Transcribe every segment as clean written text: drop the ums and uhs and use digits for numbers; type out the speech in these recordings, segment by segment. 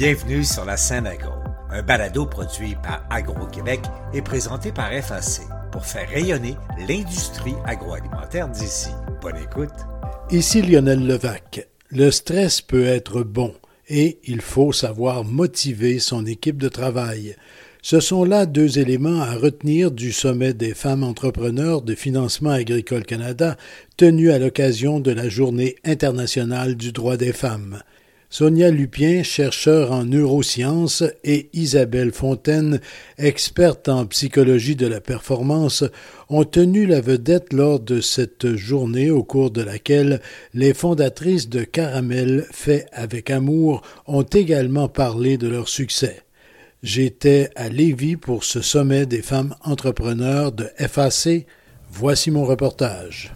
Bienvenue sur la scène agro, un balado produit par Agro-Québec et présenté par FAC pour faire rayonner l'industrie agroalimentaire d'ici. Bonne écoute. Ici Lionel Levac. Le stress peut être bon et il faut savoir motiver son équipe de travail. Ce sont là deux éléments à retenir du sommet des femmes entrepreneurs de Financement agricole Canada tenu à l'occasion de la Journée internationale du droit des femmes. Sonia Lupien, chercheure en neurosciences, et Isabelle Fontaine, experte en psychologie de la performance, ont tenu la vedette lors de cette journée au cours de laquelle les fondatrices de Caramel fait avec amour ont également parlé de leur succès. J'étais à Lévis pour ce sommet des femmes entrepreneurs de FAC. Voici mon reportage.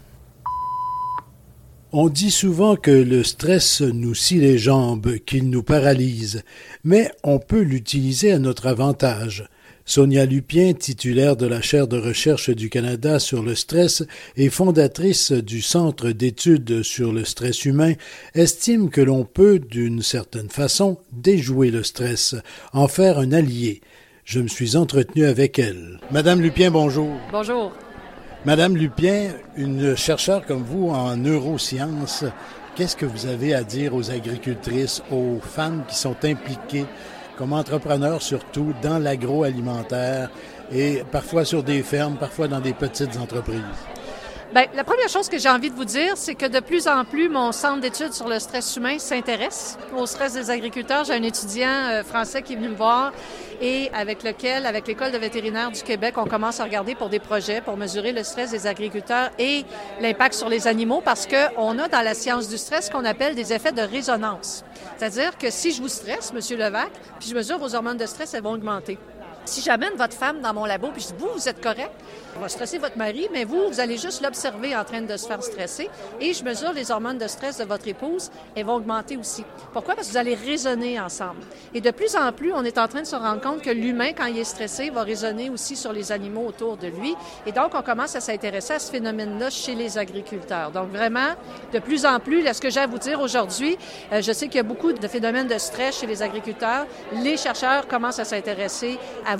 On dit souvent que le stress nous scie les jambes, qu'il nous paralyse, mais on peut l'utiliser à notre avantage. Sonia Lupien, titulaire de la chaire de recherche du Canada sur le stress et fondatrice du Centre d'études sur le stress humain, estime que l'on peut, d'une certaine façon, déjouer le stress, en faire un allié. Je me suis entretenu avec elle. Madame Lupien, bonjour. Bonjour. Madame Lupien, une chercheure comme vous en neurosciences, qu'est-ce que vous avez à dire aux agricultrices, aux femmes qui sont impliquées comme entrepreneurs surtout dans l'agroalimentaire et parfois sur des fermes, parfois dans des petites entreprises? Bien, la première chose que j'ai envie de vous dire, c'est que de plus en plus, mon centre d'études sur le stress humain s'intéresse au stress des agriculteurs. J'ai un étudiant français qui est venu me voir et avec l'École de vétérinaire du Québec, on commence à regarder pour des projets pour mesurer le stress des agriculteurs et l'impact sur les animaux parce qu'on a dans la science du stress ce qu'on appelle des effets de résonance. C'est-à-dire que si je vous stresse, M. Levac, puis je mesure vos hormones de stress, elles vont augmenter. Si j'amène votre femme dans mon labo, puis je dis, vous êtes correct, on va stresser votre mari, mais vous allez juste l'observer en train de se faire stresser et je mesure les hormones de stress de votre épouse, elles vont augmenter aussi. Pourquoi? Parce que vous allez raisonner ensemble. Et de plus en plus, on est en train de se rendre compte que l'humain, quand il est stressé, va raisonner aussi sur les animaux autour de lui. Et donc, on commence à s'intéresser à ce phénomène-là chez les agriculteurs. Donc, vraiment, de plus en plus, là, ce que j'ai à vous dire aujourd'hui, je sais qu'il y a beaucoup de phénomènes de stress chez les agriculteurs. Les chercheurs commencent à s'intéresser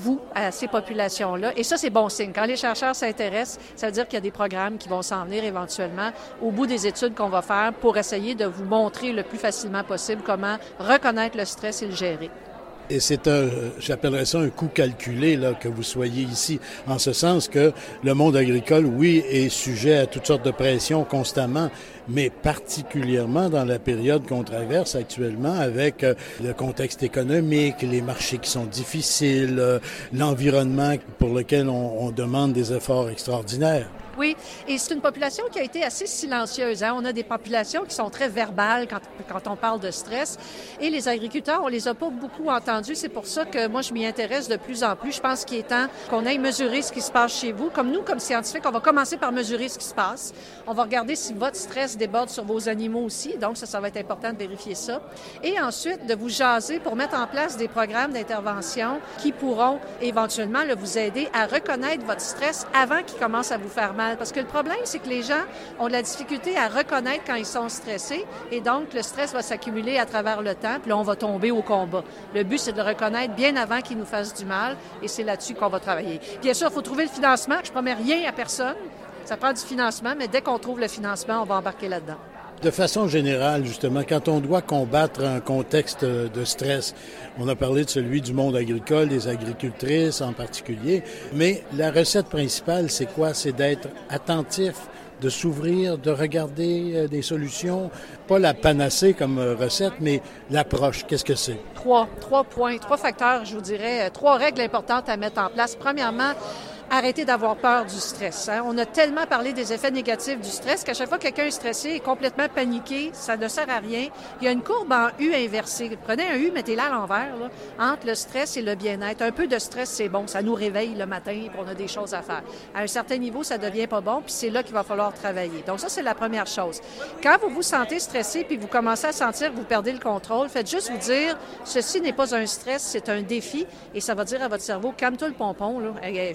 à ces populations-là. Et ça, c'est bon signe. Quand les chercheurs s'intéressent, ça veut dire qu'il y a des programmes qui vont s'en venir éventuellement au bout des études qu'on va faire pour essayer de vous montrer le plus facilement possible comment reconnaître le stress et le gérer. Et c'est j'appellerais ça un coût calculé, là, que vous soyez ici, en ce sens que le monde agricole, oui, est sujet à toutes sortes de pressions constamment, mais particulièrement dans la période qu'on traverse actuellement avec le contexte économique, les marchés qui sont difficiles, l'environnement pour lequel on demande des efforts extraordinaires. Oui, et c'est une population qui a été assez silencieuse. On a des populations qui sont très verbales quand on parle de stress. Et les agriculteurs, on les a pas beaucoup entendus. C'est pour ça que moi, je m'y intéresse de plus en plus. Je pense qu'il est temps qu'on aille mesurer ce qui se passe chez vous. Comme nous, comme scientifiques, on va commencer par mesurer ce qui se passe. On va regarder si votre stress déborde sur vos animaux aussi. Donc, ça va être important de vérifier ça. Et ensuite, de vous jaser pour mettre en place des programmes d'intervention qui pourront éventuellement vous aider à reconnaître votre stress avant qu'il commence à vous faire mal. Parce que le problème, c'est que les gens ont de la difficulté à reconnaître quand ils sont stressés et donc le stress va s'accumuler à travers le temps, puis là, on va tomber au combat. Le but, c'est de le reconnaître bien avant qu'il nous fasse du mal et c'est là-dessus qu'on va travailler. Bien sûr, il faut trouver le financement. Je ne promets rien à personne. Ça prend du financement, mais dès qu'on trouve le financement, on va embarquer là-dedans. De façon générale, justement, quand on doit combattre un contexte de stress, on a parlé de celui du monde agricole, des agricultrices en particulier, mais la recette principale, c'est quoi? C'est d'être attentif, de s'ouvrir, de regarder des solutions, pas la panacée comme recette, mais l'approche. Qu'est-ce que c'est? Trois points, 3 facteurs, je vous dirais, 3 règles importantes à mettre en place. Premièrement, arrêtez d'avoir peur du stress. On a tellement parlé des effets négatifs du stress qu'à chaque fois que quelqu'un est stressé et complètement paniqué, ça ne sert à rien. Il y a une courbe en U inversée. Prenez un U, mettez-la à l'envers, là, entre le stress et le bien-être. Un peu de stress, c'est bon. Ça nous réveille le matin et on a des choses à faire. À un certain niveau, ça devient pas bon, puis c'est là qu'il va falloir travailler. Donc ça, c'est la première chose. Quand vous vous sentez stressé puis vous commencez à sentir que vous perdez le contrôle, faites juste vous dire, ceci n'est pas un stress, c'est un défi et ça va dire à votre cerveau, calme-toi le pompon, là. Il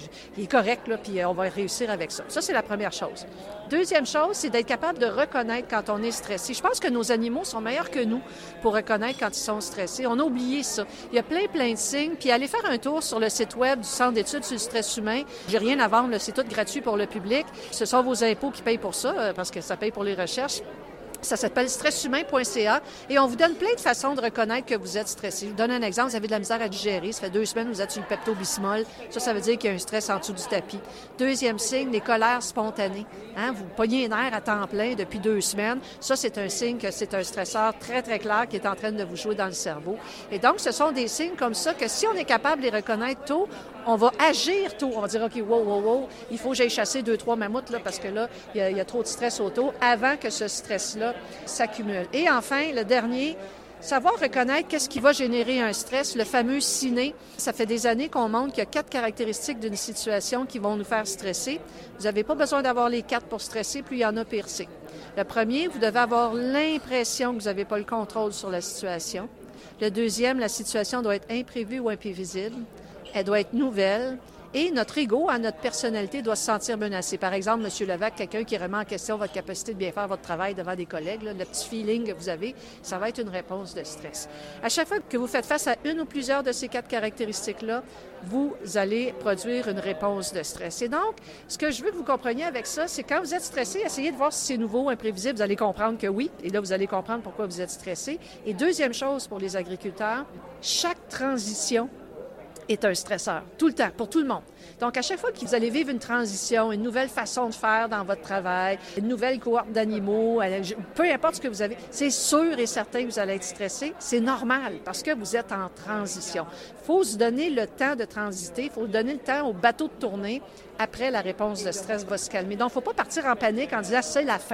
correct, là, puis on va réussir avec ça. Ça, c'est la première chose. Deuxième chose, c'est d'être capable de reconnaître quand on est stressé. Je pense que nos animaux sont meilleurs que nous pour reconnaître quand ils sont stressés. On a oublié ça. Il y a plein de signes. Puis allez faire un tour sur le site web du Centre d'études sur le stress humain. J'ai rien à vendre, là, c'est tout gratuit pour le public. Ce sont vos impôts qui payent pour ça, parce que ça paye pour les recherches. Ça s'appelle stresshumain.ca et on vous donne plein de façons de reconnaître que vous êtes stressé. Je vous donne un exemple. Vous avez de la misère à digérer. Ça fait 2 semaines que vous êtes sur le Pepto-Bismol. Ça veut dire qu'il y a un stress en dessous du tapis. Deuxième signe, les colères spontanées. Vous pognez les nerfs à temps plein depuis 2 semaines. Ça, c'est un signe que c'est un stresseur très clair qui est en train de vous jouer dans le cerveau. Et donc, ce sont des signes comme ça que si on est capable de les reconnaître tôt, on va agir tôt. On va dire, OK, wow, il faut que j'aille chasser 2-3 mammouths là, parce que là, il y a trop de stress autour avant que ce stress-là s'accumule. Et enfin, le dernier, savoir reconnaître qu'est-ce qui va générer un stress, le fameux ciné. Ça fait des années qu'on montre qu'il y a 4 caractéristiques d'une situation qui vont nous faire stresser. Vous n'avez pas besoin d'avoir les 4 pour stresser, plus il y en a, pire c'est. Le premier, vous devez avoir l'impression que vous n'avez pas le contrôle sur la situation. Le deuxième, la situation doit être imprévue ou imprévisible. Elle doit être nouvelle. Et notre ego, notre personnalité doit se sentir menacée. Par exemple, M. Levac, quelqu'un qui remet en question votre capacité de bien faire votre travail devant des collègues, là, le petit feeling que vous avez, ça va être une réponse de stress. À chaque fois que vous faites face à une ou plusieurs de ces 4 caractéristiques-là, vous allez produire une réponse de stress. Et donc, ce que je veux que vous compreniez avec ça, c'est quand vous êtes stressé, essayez de voir si c'est nouveau, imprévisible. Vous allez comprendre que oui. Et là, vous allez comprendre pourquoi vous êtes stressé. Et deuxième chose pour les agriculteurs, chaque transition est un stresseur, tout le temps, pour tout le monde. Donc, à chaque fois que vous allez vivre une transition, une nouvelle façon de faire dans votre travail, une nouvelle cohorte d'animaux, peu importe ce que vous avez, c'est sûr et certain que vous allez être stressé. C'est normal parce que vous êtes en transition. Il faut se donner le temps de transiter, il faut donner le temps au bateau de tourner. Après, la réponse de stress va se calmer. Donc, il ne faut pas partir en panique en disant « c'est la fin ».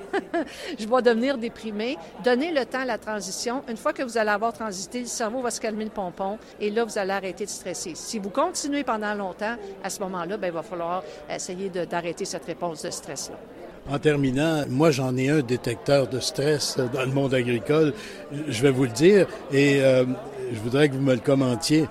Je vais devenir déprimé. Donnez le temps à la transition. Une fois que vous allez avoir transité, le cerveau va se calmer le pompon et là, vous allez arrêter de stresser. Si vous continuez pendant longtemps, à ce moment-là, il va falloir essayer d'arrêter cette réponse de stress-là. En terminant, moi, j'en ai un détecteur de stress dans le monde agricole, je vais vous le dire, et je voudrais que vous me le commentiez.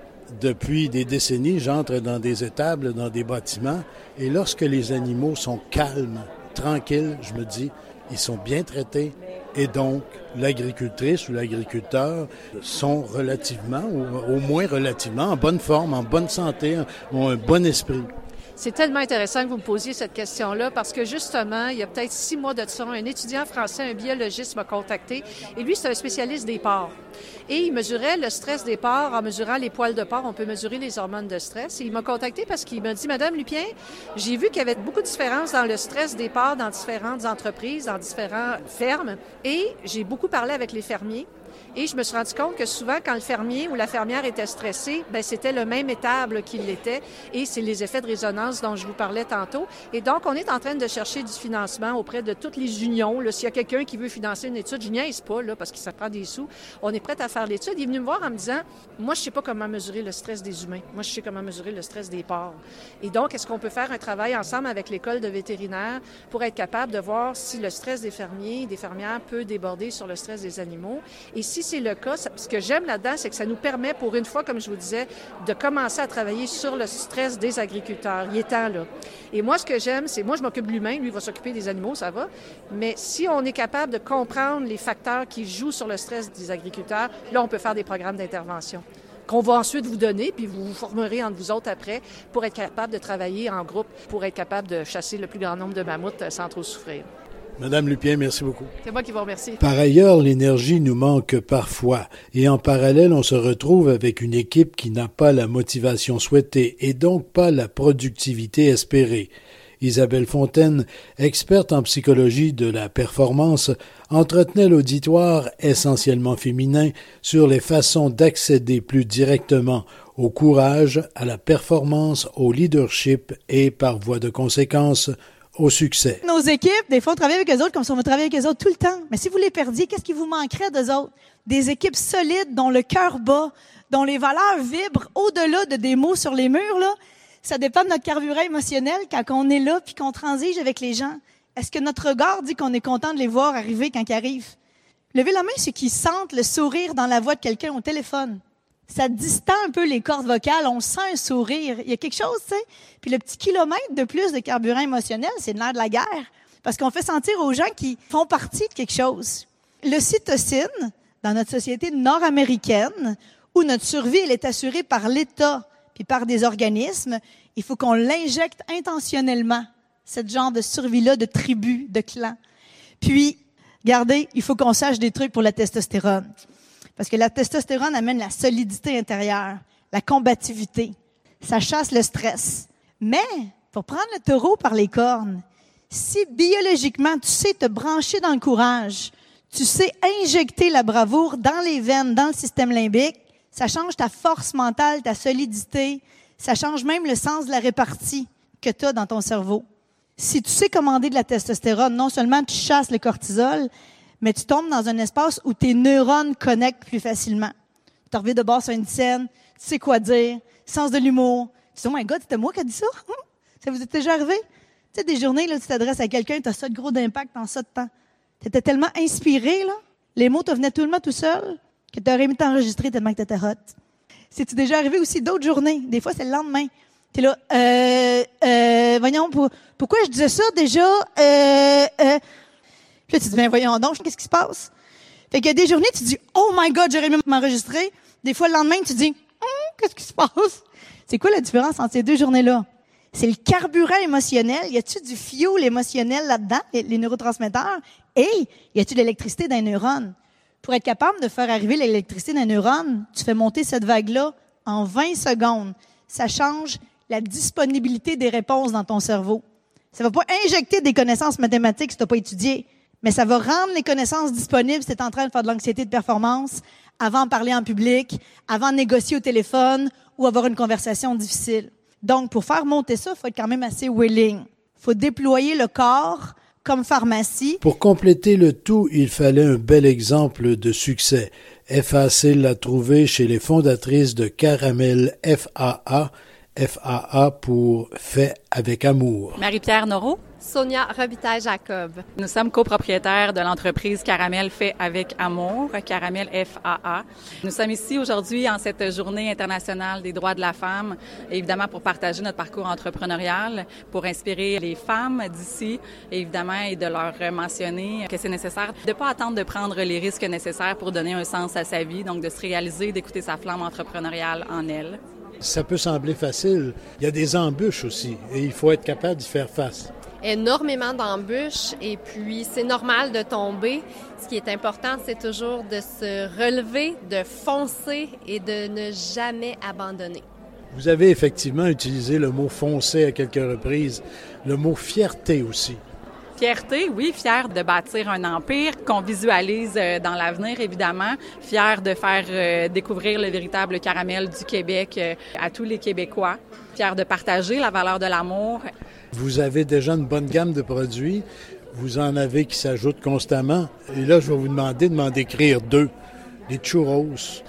Depuis des décennies, j'entre dans des étables, dans des bâtiments, et lorsque les animaux sont calmes, tranquilles, je me dis, ils sont bien traités. Et donc, l'agricultrice ou l'agriculteur sont relativement, ou au moins relativement, en bonne forme, en bonne santé, ont un bon esprit. C'est tellement intéressant que vous me posiez cette question-là parce que justement, il y a peut-être 6 mois de ça, un étudiant français, un biologiste m'a contacté et lui, c'est un spécialiste des porcs. Et il mesurait le stress des porcs en mesurant les poils de porc. On peut mesurer les hormones de stress. Et il m'a contacté parce qu'il m'a dit, Madame Lupien, j'ai vu qu'il y avait beaucoup de différences dans le stress des porcs dans différentes entreprises, dans différentes fermes. Et j'ai beaucoup parlé avec les fermiers. Et je me suis rendu compte que souvent, quand le fermier ou la fermière était stressé, c'était le même étable qu'il l'était. Et c'est les effets de résonance dont je vous parlais tantôt. Et donc, on est en train de chercher du financement auprès de toutes les unions. Là, s'il y a quelqu'un qui veut financer une étude, je niaise pas, là, parce que ça prend des sous. On est prêt à faire l'étude. Il est venu me voir en me disant, moi, je sais pas comment mesurer le stress des humains. Moi, je sais comment mesurer le stress des porcs. Et donc, est-ce qu'on peut faire un travail ensemble avec l'école de vétérinaire pour être capable de voir si le stress des fermiers et des fermières peut déborder sur le stress des animaux? Et si c'est le cas, ce que j'aime là-dedans, c'est que ça nous permet, pour une fois, comme je vous disais, de commencer à travailler sur le stress des agriculteurs. Il est temps, là. Et moi, ce que j'aime, c'est, moi, je m'occupe de l'humain, lui, il va s'occuper des animaux, ça va. Mais si on est capable de comprendre les facteurs qui jouent sur le stress des agriculteurs, là, on peut faire des programmes d'intervention qu'on va ensuite vous donner, puis vous vous formerez entre vous autres après pour être capable de travailler en groupe, pour être capable de chasser le plus grand nombre de mammouths sans trop souffrir. Madame Lupien, merci beaucoup. C'est moi qui vous remercie. Par ailleurs, l'énergie nous manque parfois et en parallèle, on se retrouve avec une équipe qui n'a pas la motivation souhaitée et donc pas la productivité espérée. Isabelle Fontaine, experte en psychologie de la performance, entretenait l'auditoire essentiellement féminin sur les façons d'accéder plus directement au courage, à la performance, au leadership et, par voie de conséquence, au succès. Nos équipes, des fois, on travaille avec eux autres comme si on va travailler avec eux autres tout le temps. Mais si vous les perdiez, qu'est-ce qui vous manquerait d'eux autres? Des équipes solides, dont le cœur bat, dont les valeurs vibrent au-delà de des mots sur les murs, là. Ça dépend de notre carburant émotionnel quand on est là puis qu'on transige avec les gens. Est-ce que notre regard dit qu'on est content de les voir arriver quand ils arrivent? Levez la main ceux qui sentent le sourire dans la voix de quelqu'un au téléphone. Ça distend un peu les cordes vocales, on sent un sourire. Il y a quelque chose, tu sais. Puis le petit kilomètre de plus de carburant émotionnel, c'est le nerf de la guerre. Parce qu'on fait sentir aux gens qui font partie de quelque chose. L'ocytocine, dans notre société nord-américaine, où notre survie, elle est assurée par l'État puis par des organismes, il faut qu'on l'injecte intentionnellement, ce genre de survie-là, de tribu, de clan. Puis, regardez, il faut qu'on sache des trucs pour la testostérone. Parce que la testostérone amène la solidité intérieure, la combativité. Ça chasse le stress. Mais, pour prendre le taureau par les cornes, si biologiquement tu sais te brancher dans le courage, tu sais injecter la bravoure dans les veines, dans le système limbique, ça change ta force mentale, ta solidité, ça change même le sens de la répartie que tu as dans ton cerveau. Si tu sais commander de la testostérone, non seulement tu chasses le cortisol, mais tu tombes dans un espace où tes neurones connectent plus facilement. Tu reviens de bord sur une scène, tu sais quoi dire, sens de l'humour. Tu dis, oh my God, c'était moi qui ai dit ça? Ça vous est déjà arrivé? Tu sais, des journées, là, tu t'adresses à quelqu'un, tu as ça de gros d'impact en ça de temps. Tu étais tellement inspiré, là, les mots te venaient tout seul, que tu aurais aimé t'enregistrer tellement que tu étais hot. C'est-tu déjà arrivé aussi d'autres journées? Des fois, c'est le lendemain. Tu es là, voyons, pourquoi je disais ça déjà? Puis là, tu te dis, ben voyons donc, qu'est-ce qui se passe? Fait qu'il y a des journées, tu te dis, oh my God, j'aurais aimé m'enregistrer. Des fois, le lendemain, tu te dis, qu'est-ce qui se passe? C'est quoi la différence entre ces deux journées-là? C'est le carburant émotionnel. Y a-tu du fuel émotionnel là-dedans, les neurotransmetteurs? Et y a-tu de l'électricité d'un neurone? Pour être capable de faire arriver l'électricité d'un neurone, tu fais monter cette vague-là en 20 secondes. Ça change la disponibilité des réponses dans ton cerveau. Ça va pas injecter des connaissances mathématiques si tu n'as pas étudié, mais ça va rendre les connaissances disponibles si tu es en train de faire de l'anxiété de performance, avant de parler en public, avant de négocier au téléphone ou avoir une conversation difficile. Donc, pour faire monter ça, il faut être quand même assez willing. Il faut déployer le corps comme pharmacie. Pour compléter le tout, il fallait un bel exemple de succès. FAC l'a trouvé chez les fondatrices de Caramel FAA. FAA pour Fait avec amour. Marie-Pierre Noreau. Sonia Robitaille-Jacob. Nous sommes copropriétaires de l'entreprise Caramel Fait avec amour, Caramel FAA. Nous sommes ici aujourd'hui en cette journée internationale des droits de la femme, évidemment pour partager notre parcours entrepreneurial, pour inspirer les femmes d'ici, évidemment, et de leur mentionner que c'est nécessaire de ne pas attendre de prendre les risques nécessaires pour donner un sens à sa vie, donc de se réaliser, d'écouter sa flamme entrepreneuriale en elle. Ça peut sembler facile. Il y a des embûches aussi et il faut être capable d'y faire face. Énormément d'embûches et puis c'est normal de tomber. Ce qui est important, c'est toujours de se relever, de foncer et de ne jamais abandonner. Vous avez effectivement utilisé le mot « foncer » à quelques reprises, le mot « fierté » aussi. Fierté, oui, fière de bâtir un empire qu'on visualise dans l'avenir, évidemment. Fière de faire découvrir le véritable caramel du Québec à tous les Québécois. Fière de partager la valeur de l'amour. Vous avez déjà une bonne gamme de produits. Vous en avez qui s'ajoutent constamment. Et là, je vais vous demander de m'en décrire deux. Les churros.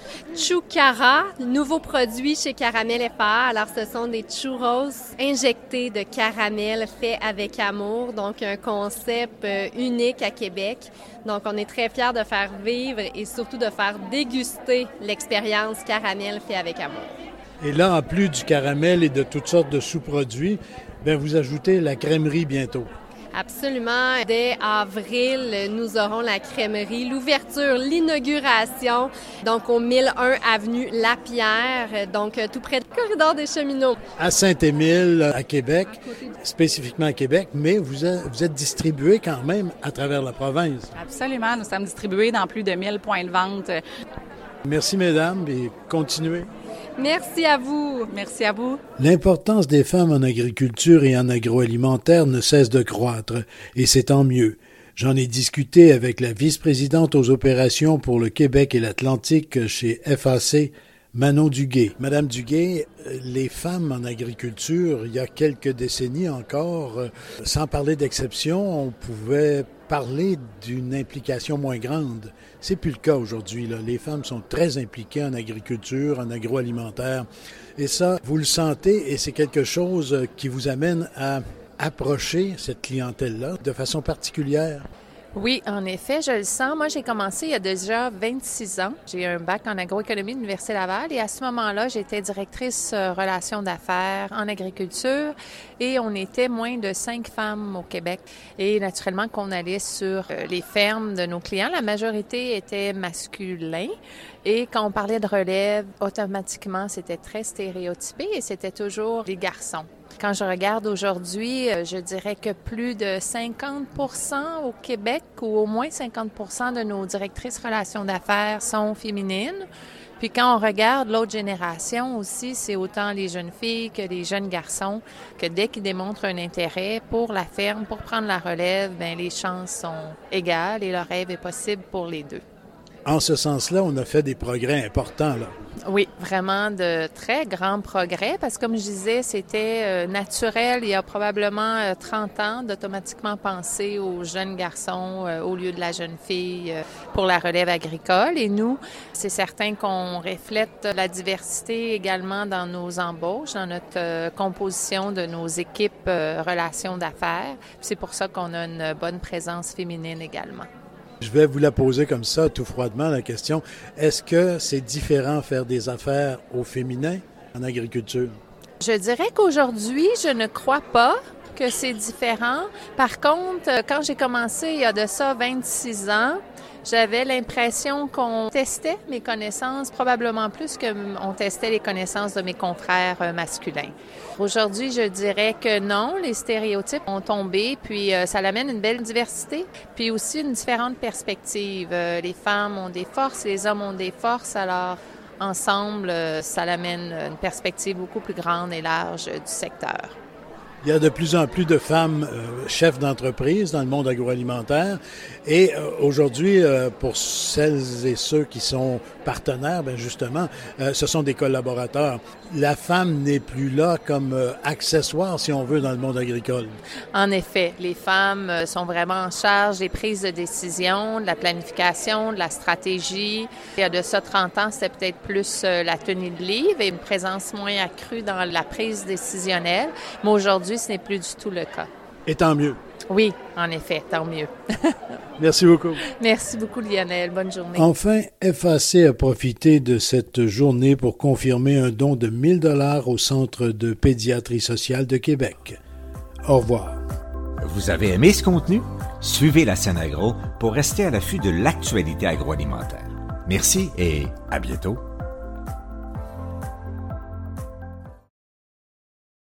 Choucara, nouveau produit chez Caramel FAA. Alors, ce sont des churros injectés de caramel fait avec amour. Donc, un concept unique à Québec. Donc, on est très fiers de faire vivre et surtout de faire déguster l'expérience caramel fait avec amour. Et là, en plus du caramel et de toutes sortes de sous-produits, bien, vous ajoutez la crèmerie bientôt. Absolument. Dès avril, nous aurons la crèmerie, l'ouverture, l'inauguration, donc au 1001 avenue Lapierre, donc tout près du corridor des cheminots. À Saint-Émile, à Québec, spécifiquement à Québec, mais vous êtes distribué quand même à travers la province. Absolument. Nous sommes distribués dans plus de 1000 points de vente. Merci, mesdames, et continuez. Merci à vous. Merci à vous. L'importance des femmes en agriculture et en agroalimentaire ne cesse de croître, et c'est tant mieux. J'en ai discuté avec la vice-présidente aux opérations pour le Québec et l'Atlantique chez FAC, Manon Duguay. Madame Duguay, les femmes en agriculture, il y a quelques décennies encore, sans parler d'exception, on pouvait parler d'une implication moins grande. C'est plus le cas aujourd'hui, là. Les femmes sont très impliquées en agriculture, en agroalimentaire. Et ça, vous le sentez et c'est quelque chose qui vous amène à approcher cette clientèle-là de façon particulière. Oui, en effet, je le sens. Moi, j'ai commencé il y a déjà 26 ans. J'ai un bac en agroéconomie de l'Université Laval et à ce moment-là, j'étais directrice relations d'affaires en agriculture et on était moins de 5 femmes au Québec. Et naturellement, qu'on allait sur les fermes de nos clients, la majorité était masculin. Et quand on parlait de relève, automatiquement, c'était très stéréotypé et c'était toujours les garçons. Quand je regarde aujourd'hui, je dirais que plus de 50% au Québec ou au moins 50% de nos directrices relations d'affaires sont féminines. Puis quand on regarde l'autre génération aussi, c'est autant les jeunes filles que les jeunes garçons que dès qu'ils démontrent un intérêt pour la ferme, pour prendre la relève, bien, les chances sont égales et le rêve est possible pour les deux. En ce sens-là, on a fait des progrès importants, là. Oui, vraiment de très grands progrès parce que, comme je disais, c'était naturel il y a probablement 30 ans d'automatiquement penser aux jeunes garçons au lieu de la jeune fille pour la relève agricole. Et nous, c'est certain qu'on reflète la diversité également dans nos embauches, dans notre composition de nos équipes relations d'affaires. C'est pour ça qu'on a une bonne présence féminine également. Je vais vous la poser comme ça, tout froidement, la question. Est-ce que c'est différent faire des affaires au féminin en agriculture? Je dirais qu'aujourd'hui, je ne crois pas que c'est différent. Par contre, quand j'ai commencé il y a de ça 26 ans, j'avais l'impression qu'on testait mes connaissances probablement plus qu'on testait les connaissances de mes confrères masculins. Aujourd'hui, je dirais que non, les stéréotypes ont tombé, puis ça amène une belle diversité, puis aussi une différente perspective. Les femmes ont des forces, les hommes ont des forces, alors ensemble, ça amène une perspective beaucoup plus grande et large du secteur. Il y a de plus en plus de femmes chefs d'entreprise dans le monde agroalimentaire et aujourd'hui, pour celles et ceux qui sont partenaires, bien justement, ce sont des collaborateurs. La femme n'est plus là comme accessoire, si on veut, dans le monde agricole. En effet, les femmes sont vraiment en charge des prises de décision, de la planification, de la stratégie. Il y a de ça 30 ans, c'était peut-être plus la tenue de livre et une présence moins accrue dans la prise décisionnelle. Mais aujourd'hui, ce n'est plus du tout le cas. Et tant mieux. Oui, en effet, tant mieux. Merci beaucoup. Merci beaucoup, Lionel. Bonne journée. Enfin, FAC a profité de cette journée pour confirmer un don de 1 000 $ au Centre de pédiatrie sociale de Québec. Au revoir. Vous avez aimé ce contenu? Suivez la scène agro pour rester à l'affût de l'actualité agroalimentaire. Merci et à bientôt.